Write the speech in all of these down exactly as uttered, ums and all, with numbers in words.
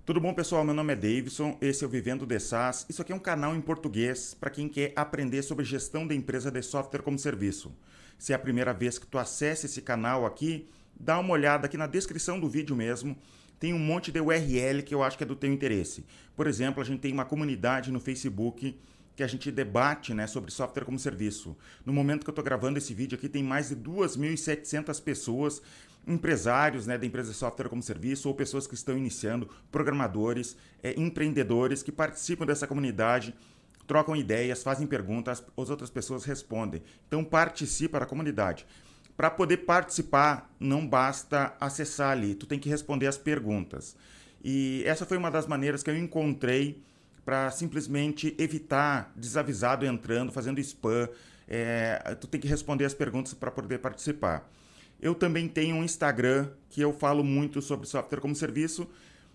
Tudo bom, pessoal? Meu nome é Davidson, esse é o Vivendo de SaaS. Isso aqui é um canal em português para quem quer aprender sobre gestão de empresa de software como serviço. Se é a primeira vez que tu acessa esse canal aqui, dá uma olhada aqui na descrição do vídeo mesmo. Tem um monte de U R L que eu acho que é do teu interesse. Por exemplo, a gente tem uma comunidade no Facebook que a gente debate, né, sobre software como serviço. No momento que eu estou gravando esse vídeo aqui, tem mais de duas mil e setecentas pessoas, empresários, né, da empresa de software como serviço, ou pessoas que estão iniciando, programadores, é, empreendedores que participam dessa comunidade, trocam ideias, fazem perguntas, as outras pessoas respondem. Então participa da comunidade. Para poder participar, não basta acessar ali, tu tem que responder as perguntas. E essa foi uma das maneiras que eu encontrei para simplesmente evitar desavisado entrando, fazendo spam. É, tu tem que responder as perguntas para poder participar. Eu também tenho um Instagram que eu falo muito sobre software como serviço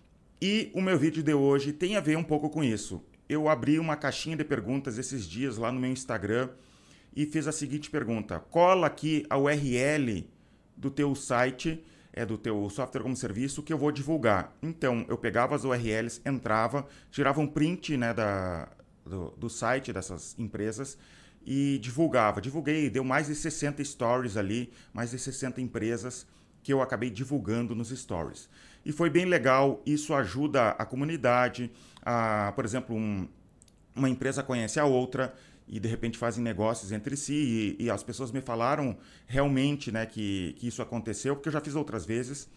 e o meu vídeo de hoje tem a ver um pouco com isso. Eu abri uma caixinha de perguntas esses dias lá no meu Instagram e fiz a seguinte pergunta: cola aqui a U R L do teu site, é do teu software como serviço que eu vou divulgar. Então, eu pegava as U R Ls, entrava, tirava um print, né, da, do, do site dessas empresas e divulgava. Divulguei, deu mais de sessenta stories ali, mais de sessenta empresas que eu acabei divulgando nos stories. E foi bem legal, isso ajuda a comunidade, a, por exemplo, um, uma empresa conhece a outra e de repente fazem negócios entre si, e, e as pessoas me falaram realmente, né, que, que isso aconteceu, porque eu já fiz outras vezes.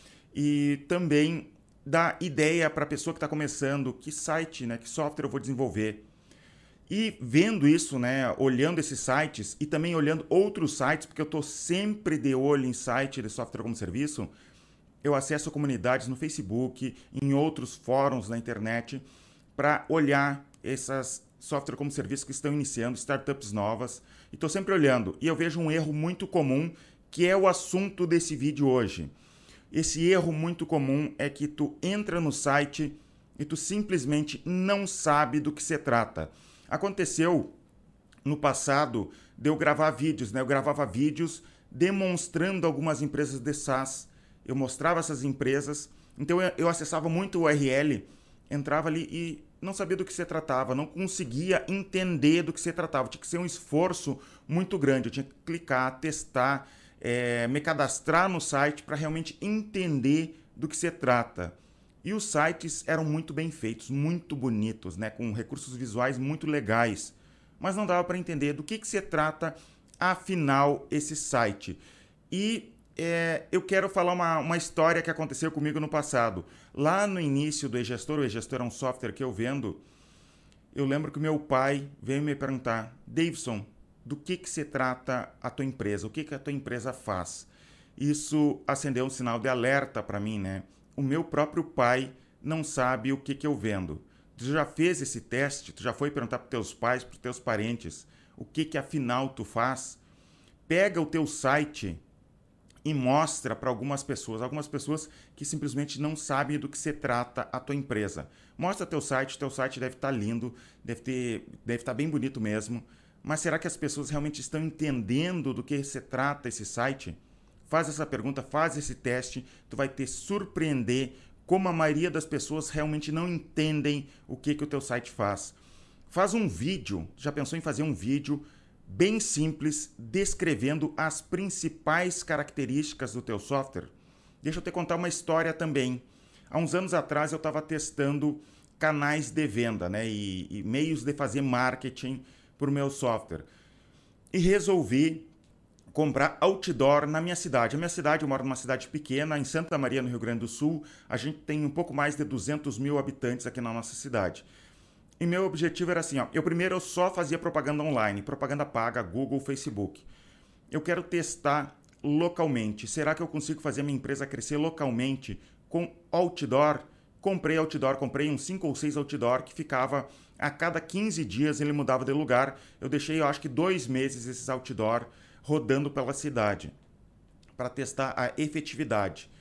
E também dá ideia para a pessoa que está começando, que site, né, que software eu vou desenvolver. E vendo isso, né, olhando esses sites e também olhando outros sites, porque eu estou sempre de olho em site de software como serviço, eu acesso comunidades no Facebook, em outros fóruns na internet, para olhar essas software como serviço que estão iniciando, startups novas, e estou sempre olhando. E eu vejo um erro muito comum, que é o assunto desse vídeo hoje. Esse erro muito comum é que tu entra no site e tu simplesmente não sabe do que se trata. Aconteceu no passado de eu gravar vídeos, né? Eu gravava vídeos demonstrando algumas empresas de SaaS. Eu mostrava essas empresas, então eu, eu acessava muito o U R L, entrava ali e não sabia do que se tratava, não conseguia entender do que se tratava. Tinha que ser um esforço muito grande. Eu tinha que clicar, testar, é, me cadastrar no site para realmente entender do que se trata. E os sites eram muito bem feitos, muito bonitos, né, com recursos visuais muito legais. Mas não dava para entender do que, que se trata, afinal, esse site. E É, eu quero falar uma, uma história que aconteceu comigo no passado. Lá no início do eGestor, o eGestor é um software que eu vendo, eu lembro que meu pai veio me perguntar: Davidson, do que, que se trata a tua empresa? O que, que a tua empresa faz? Isso acendeu um sinal de alerta para mim, né? O meu próprio pai não sabe o que, que eu vendo. Tu já fez esse teste? Tu já foi perguntar para teus pais, para teus parentes, o que, que afinal tu faz? Pega o teu site e mostra para algumas pessoas, algumas pessoas que simplesmente não sabem do que se trata a tua empresa. Mostra teu site, teu site deve estar lindo, deve ter, deve estar bem bonito mesmo, mas será que as pessoas realmente estão entendendo do que se trata esse site? Faz essa pergunta, faz esse teste, tu vai te surpreender como a maioria das pessoas realmente não entendem o que, que o teu site faz. Faz um vídeo, já pensou em fazer um vídeo bem simples, descrevendo as principais características do teu software? Deixa eu te contar uma história também. Há uns anos atrás eu estava testando canais de venda, né, e, e meios de fazer marketing para o meu software. E resolvi comprar outdoor na minha cidade. A minha cidade, eu moro numa cidade pequena, em Santa Maria, no Rio Grande do Sul. A gente tem um pouco mais de duzentos mil habitantes aqui na nossa cidade. E meu objetivo era assim, ó, eu primeiro eu só fazia propaganda online, propaganda paga, Google, Facebook. Eu quero testar localmente. Será que eu consigo fazer a minha empresa crescer localmente com outdoor? Comprei outdoor, comprei uns cinco ou seis outdoor que ficava a cada quinze dias, ele mudava de lugar. Eu deixei, eu acho que dois meses esses outdoor rodando pela cidade para testar a efetividade.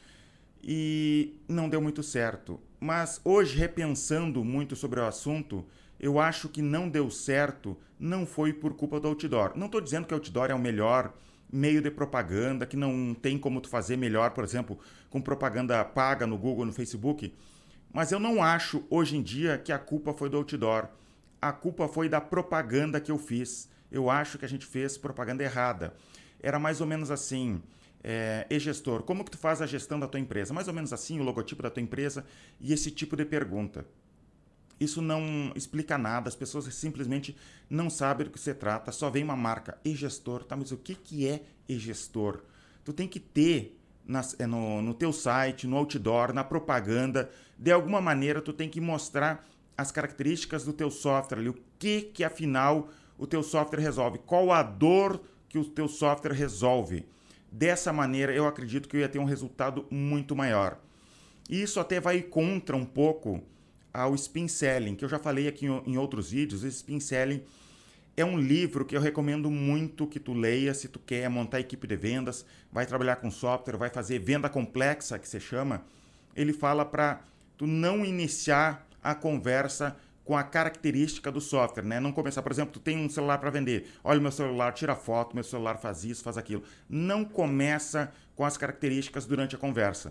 E não deu muito certo. Mas hoje, repensando muito sobre o assunto, eu acho que não deu certo, não foi por culpa do outdoor. Não estou dizendo que o outdoor é o melhor meio de propaganda, que não tem como tu fazer melhor, por exemplo, com propaganda paga no Google, no Facebook. Mas eu não acho, hoje em dia, que a culpa foi do outdoor. A culpa foi da propaganda que eu fiz. Eu acho que a gente fez propaganda errada. Era mais ou menos assim, é, e-gestor, como que tu faz a gestão da tua empresa? Mais ou menos assim, o logotipo da tua empresa e esse tipo de pergunta. Isso não explica nada, as pessoas simplesmente não sabem do que se trata, só vem uma marca, e-gestor, tá? Mas o que, que é e-gestor? Tu tem que ter nas, no, no teu site, no outdoor, na propaganda, de alguma maneira tu tem que mostrar as características do teu software ali, o que que afinal o teu software resolve, qual a dor que o teu software resolve. Dessa maneira eu acredito que eu ia ter um resultado muito maior. E isso até vai contra um pouco ao Spin Selling, que eu já falei aqui em outros vídeos. O Spin Selling é um livro que eu recomendo muito que tu leia se tu quer montar equipe de vendas, vai trabalhar com software, vai fazer venda complexa, que se chama. Ele fala para tu não iniciar a conversa com a característica do software, né? Não começar, por exemplo, tu tem um celular para vender. Olha o meu celular, tira foto, meu celular faz isso, faz aquilo. Não começa com as características durante a conversa.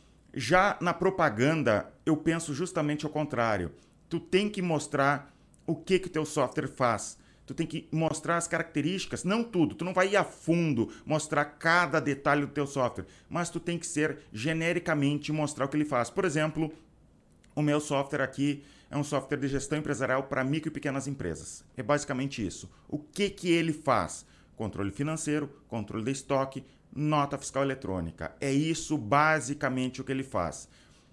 Já na propaganda, eu penso justamente ao contrário. Tu tem que mostrar o que que o teu software faz. Tu tem que mostrar as características, não tudo. Tu não vai ir a fundo, mostrar cada detalhe do teu software, mas tu tem que ser genericamente mostrar o que ele faz. Por exemplo, o meu software aqui é um software de gestão empresarial para micro e pequenas empresas. É basicamente isso. O que que ele faz? Controle financeiro, controle de estoque, nota fiscal eletrônica. É isso basicamente o que ele faz.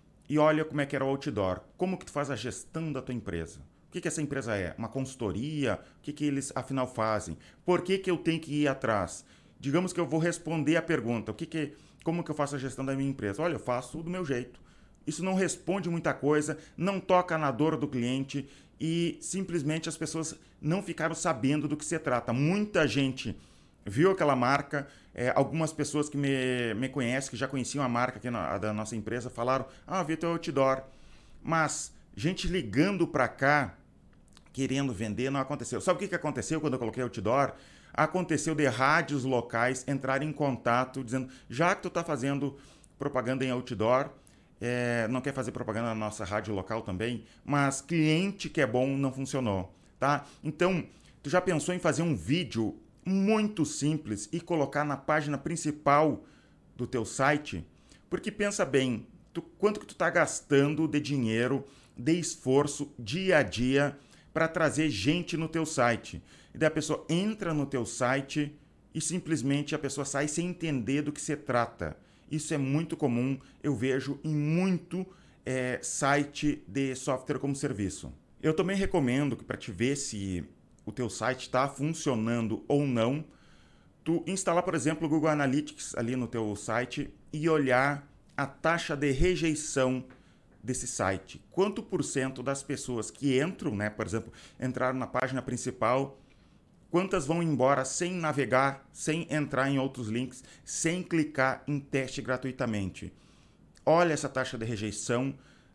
E olha como é que era o outdoor. Como que tu faz a gestão da tua empresa? O que que essa empresa é? Uma consultoria? O que que eles afinal fazem? Por que que eu tenho que ir atrás? Digamos que eu vou responder a pergunta. O que que, como que eu faço a gestão da minha empresa? Olha, eu faço do meu jeito. Isso não responde muita coisa, não toca na dor do cliente e simplesmente as pessoas não ficaram sabendo do que se trata. Muita gente viu aquela marca, é, algumas pessoas que me, me conhecem, que já conheciam a marca aqui na, da nossa empresa, falaram, ah, vi teu outdoor. Mas gente ligando para cá, querendo vender, não aconteceu. Sabe o que, que aconteceu quando eu coloquei outdoor? Aconteceu de rádios locais entrarem em contato, dizendo, já que tu está fazendo propaganda em outdoor, É, não quer fazer propaganda na nossa rádio local também, mas cliente que é bom não funcionou, tá? Então, tu já pensou em fazer um vídeo muito simples e colocar na página principal do teu site? Porque pensa bem, tu, quanto que tu tá gastando de dinheiro, de esforço, dia a dia, para trazer gente no teu site. E daí a pessoa entra no teu site e simplesmente a pessoa sai sem entender do que se trata. Isso é muito comum, eu vejo em muito é, site de software como serviço. Eu também recomendo que para te ver se o teu site está funcionando ou não, tu instalar, por exemplo, o Google Analytics ali no teu site e olhar a taxa de rejeição desse site. Quanto por cento das pessoas que entram, né, por exemplo, entraram na página principal, quantas vão embora sem navegar, sem entrar em outros links, sem clicar em teste gratuitamente? Olha essa taxa de rejeição,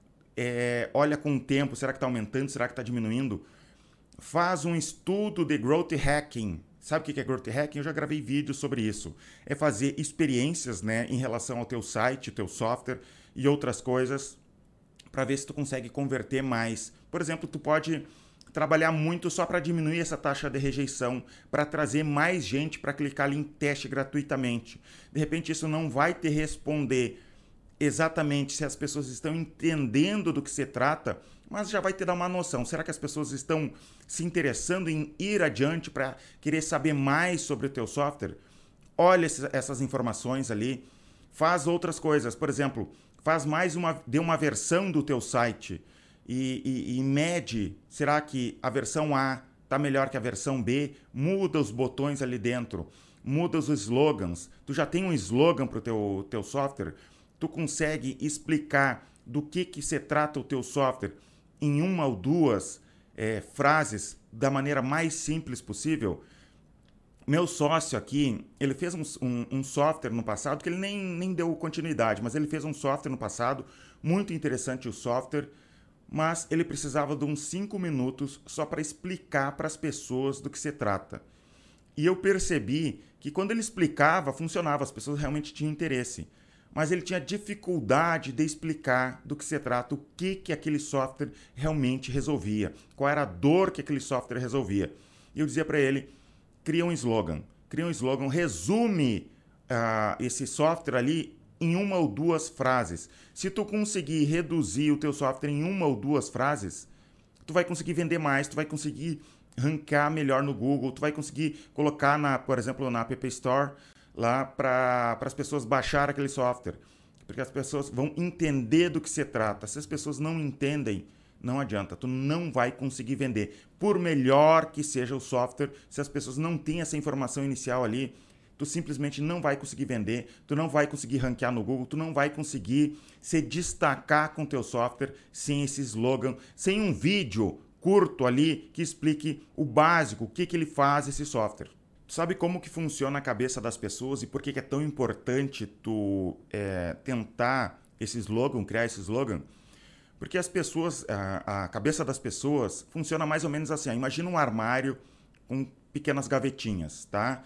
é, olha com o tempo, será que está aumentando, será que está diminuindo? Faz um estudo de growth hacking. Sabe o que é growth hacking? Eu já gravei vídeos sobre isso. É fazer experiências, né, em relação ao teu site, teu software e outras coisas, para ver se tu consegue converter mais. Por exemplo, tu pode trabalhar muito só para diminuir essa taxa de rejeição, para trazer mais gente para clicar ali em teste gratuitamente. De repente isso não vai te responder exatamente se as pessoas estão entendendo do que se trata, mas já vai te dar uma noção. Será que as pessoas estão se interessando em ir adiante para querer saber mais sobre o teu software? Olha essas informações ali, faz outras coisas. Por exemplo, faz mais uma, dê uma versão do teu site, E, e, e mede, será que a versão A está melhor que a versão B? Muda os botões ali dentro, muda os slogans. Tu já tem um slogan para o teu, teu software? Tu consegue explicar do que, que se trata o teu software em uma ou duas é, frases da maneira mais simples possível? Meu sócio aqui, ele fez um, um, um software no passado, que ele nem, nem deu continuidade, mas ele fez um software no passado, muito interessante o software, mas ele precisava de uns cinco minutos só para explicar para as pessoas do que se trata. E eu percebi que quando ele explicava, funcionava, as pessoas realmente tinham interesse. mas ele tinha dificuldade de explicar do que se trata, o que, que aquele software realmente resolvia, qual era a dor que aquele software resolvia. E eu dizia para ele, cria um slogan, cria um slogan, resume uh, esse software ali em uma ou duas frases. Se tu conseguir reduzir o teu software em uma ou duas frases, tu vai conseguir vender mais, tu vai conseguir ranquear melhor no Google, tu vai conseguir colocar, na, por exemplo, na App Store, lá para as pessoas baixar aquele software. Porque as pessoas vão entender do que se trata. Se as pessoas não entendem, não adianta. Tu não vai conseguir vender. Por melhor que seja o software, se as pessoas não têm essa informação inicial ali, tu simplesmente não vai conseguir vender, tu não vai conseguir ranquear no Google, tu não vai conseguir se destacar com o teu software sem esse slogan, sem um vídeo curto ali que explique o básico, o que, que ele faz esse software. Tu sabe como que funciona a cabeça das pessoas e por que, que é tão importante tu é, tentar esse slogan, criar esse slogan? Porque as pessoas, a, a cabeça das pessoas funciona mais ou menos assim. Ó, imagina um armário com pequenas gavetinhas, tá?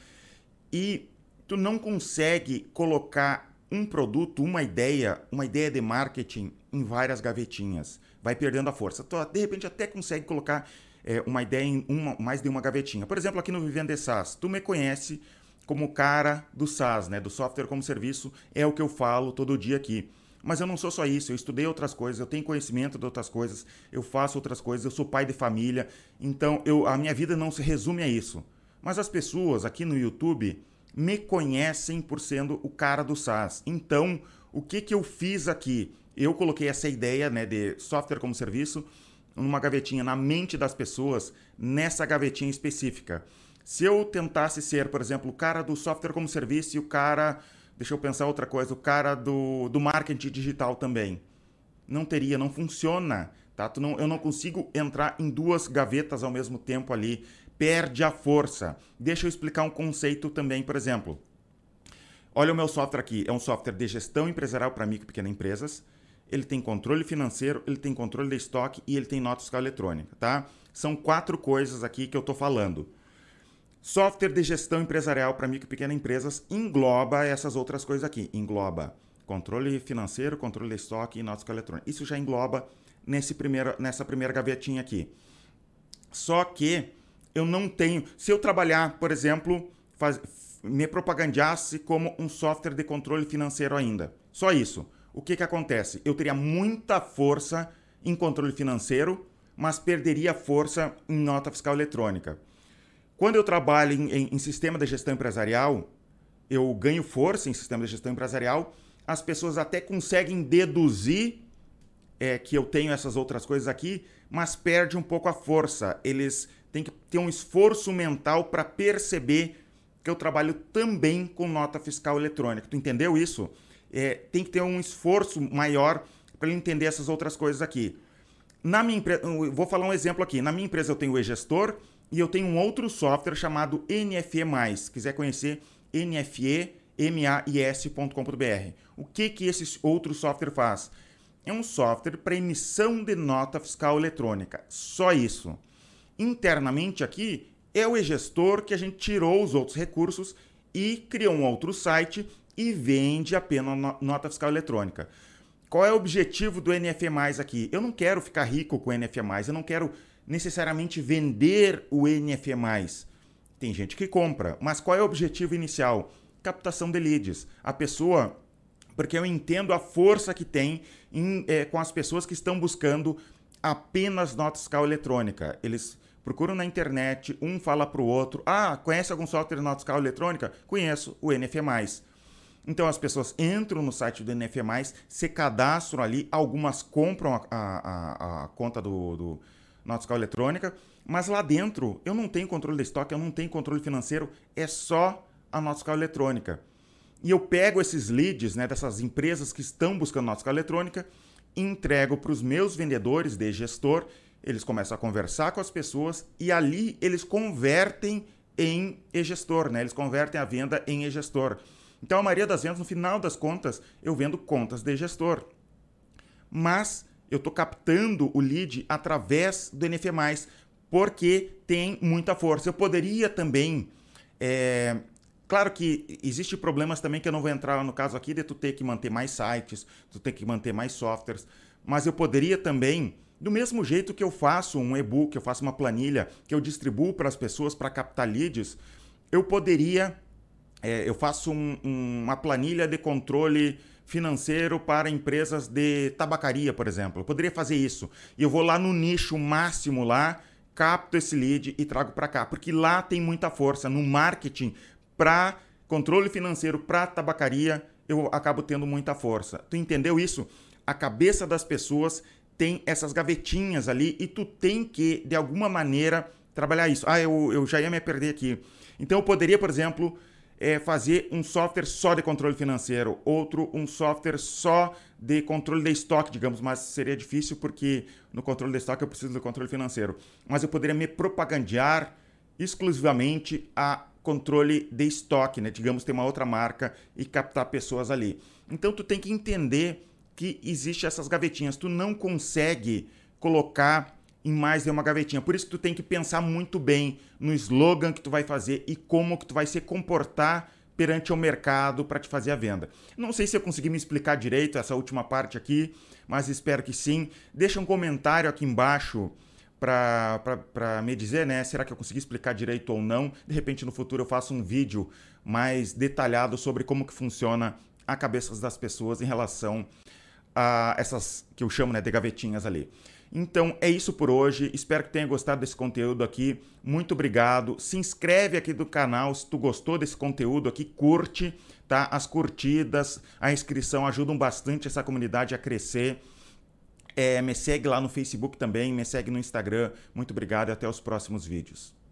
E tu não consegue colocar um produto, uma ideia, uma ideia de marketing em várias gavetinhas. Vai perdendo a força. Tu, de repente, até consegue colocar é, uma ideia em uma, mais de uma gavetinha. Por exemplo, aqui no Vivendo de SaaS, tu me conhece como o cara do SaaS, né? Do software como serviço, é o que eu falo todo dia aqui. Mas eu não sou só isso, eu estudei outras coisas, eu tenho conhecimento de outras coisas, eu faço outras coisas, eu sou pai de família, então eu, a minha vida não se resume a isso. Mas as pessoas aqui no YouTube me conhecem por sendo o cara do SaaS. Então, o que, que eu fiz aqui? Eu coloquei essa ideia, né, de software como serviço numa gavetinha na mente das pessoas, nessa gavetinha específica. Se eu tentasse ser, por exemplo, o cara do software como serviço e o cara, deixa eu pensar outra coisa, o cara do, do marketing digital também, não teria, não funciona. Tá? Tu não, eu não consigo entrar em duas gavetas ao mesmo tempo ali. Perde a força. Deixa eu explicar um conceito também, por exemplo. Olha o meu software aqui. É um software de gestão empresarial para micro e pequenas empresas. Ele tem controle financeiro, ele tem controle de estoque e ele tem nota fiscal eletrônica. Tá? São quatro coisas aqui que eu estou falando. Software de gestão empresarial para micro e pequenas empresas engloba essas outras coisas aqui. Engloba controle financeiro, controle de estoque e nota fiscal eletrônica. Isso já engloba nesse primeiro, nessa primeira gavetinha aqui. Só que eu não tenho... Se eu trabalhar, por exemplo, faz, me propagandeasse como um software de controle financeiro ainda, só isso, o que, que acontece? Eu teria muita força em controle financeiro, mas perderia força em nota fiscal eletrônica. Quando eu trabalho em, em, em sistema de gestão empresarial, eu ganho força em sistema de gestão empresarial, as pessoas até conseguem deduzir é, que eu tenho essas outras coisas aqui, mas perde um pouco a força. Eles têm que ter um esforço mental para perceber que eu trabalho também com nota fiscal eletrônica. Tu entendeu isso? É, tem que ter um esforço maior para ele entender essas outras coisas aqui. Na minha empresa, vou falar um exemplo aqui. Na minha empresa eu tenho o eGestor e eu tenho um outro software chamado N F E mais. Se quiser conhecer, N F E mais ponto com ponto b r. O que, que esse outro software faz? É um software para emissão de nota fiscal eletrônica. Só isso. Internamente aqui é o eGestor que a gente tirou os outros recursos e criou um outro site e vende apenas nota fiscal eletrônica. Qual é o objetivo do N F E mais aqui? Eu não quero ficar rico com o N F E mais, eu não quero necessariamente vender o N F E mais. Tem gente que compra, mas qual é o objetivo inicial? Captação de leads. A pessoa, porque eu entendo a força que tem em, é, com as pessoas que estão buscando apenas nota fiscal eletrônica. Eles procuram na internet, um fala para o outro, ah, conhece algum software de nota fiscal eletrônica? Conheço, o N F E mais. Então as pessoas entram no site do N F E mais, se cadastram ali, algumas compram a, a, a conta do, do nota fiscal eletrônica, mas lá dentro eu não tenho controle de estoque, eu não tenho controle financeiro, é só a nota fiscal eletrônica. E eu pego esses leads, né, dessas empresas que estão buscando nota fiscal eletrônica, entrego para os meus vendedores de gestor, eles começam a conversar com as pessoas e ali eles convertem em e-gestor, né? Eles convertem a venda em e-gestor. Então, a maioria das vendas, no final das contas, eu vendo contas de gestor. Mas eu estou captando o lead através do N F E mais, porque tem muita força. Eu poderia também é, Claro que existem problemas também que eu não vou entrar no caso aqui de tu ter que manter mais sites, tu ter que manter mais softwares, mas eu poderia também, do mesmo jeito que eu faço um e-book, eu faço uma planilha que eu distribuo para as pessoas para captar leads, eu poderia, é, eu faço um, um, uma planilha de controle financeiro para empresas de tabacaria, por exemplo. Eu poderia fazer isso. E eu vou lá no nicho máximo lá, capto esse lead e trago para cá, porque lá tem muita força no marketing. Para controle financeiro, para tabacaria, eu acabo tendo muita força. Tu entendeu isso? A cabeça das pessoas tem essas gavetinhas ali e tu tem que, de alguma maneira, trabalhar isso. Ah, eu, eu já ia me perder aqui. Então eu poderia, por exemplo, é, fazer um software só de controle financeiro, outro um software só de controle de estoque, digamos, mas seria difícil porque no controle de estoque eu preciso do controle financeiro. Mas eu poderia me propagandear exclusivamente a controle de estoque, né? Digamos, ter uma outra marca e captar pessoas ali. Então, tu tem que entender que existe essas gavetinhas. Tu não consegue colocar em mais de uma gavetinha. Por isso que tu tem que pensar muito bem no slogan que tu vai fazer e como que tu vai se comportar perante o mercado para te fazer a venda. Não sei se eu consegui me explicar direito essa última parte aqui, mas espero que sim. Deixa um comentário aqui embaixo para me dizer, né, será que eu consegui explicar direito ou não. De repente, no futuro, eu faço um vídeo mais detalhado sobre como que funciona a cabeça das pessoas em relação a essas que eu chamo, né, de gavetinhas ali. Então, é isso por hoje. Espero que tenha gostado desse conteúdo aqui. Muito obrigado. Se inscreve aqui do canal se tu gostou desse conteúdo aqui. Curte, tá? As curtidas, a inscrição ajudam bastante essa comunidade a crescer. É, me segue lá no Facebook também, me segue no Instagram. Muito obrigado e até os próximos vídeos.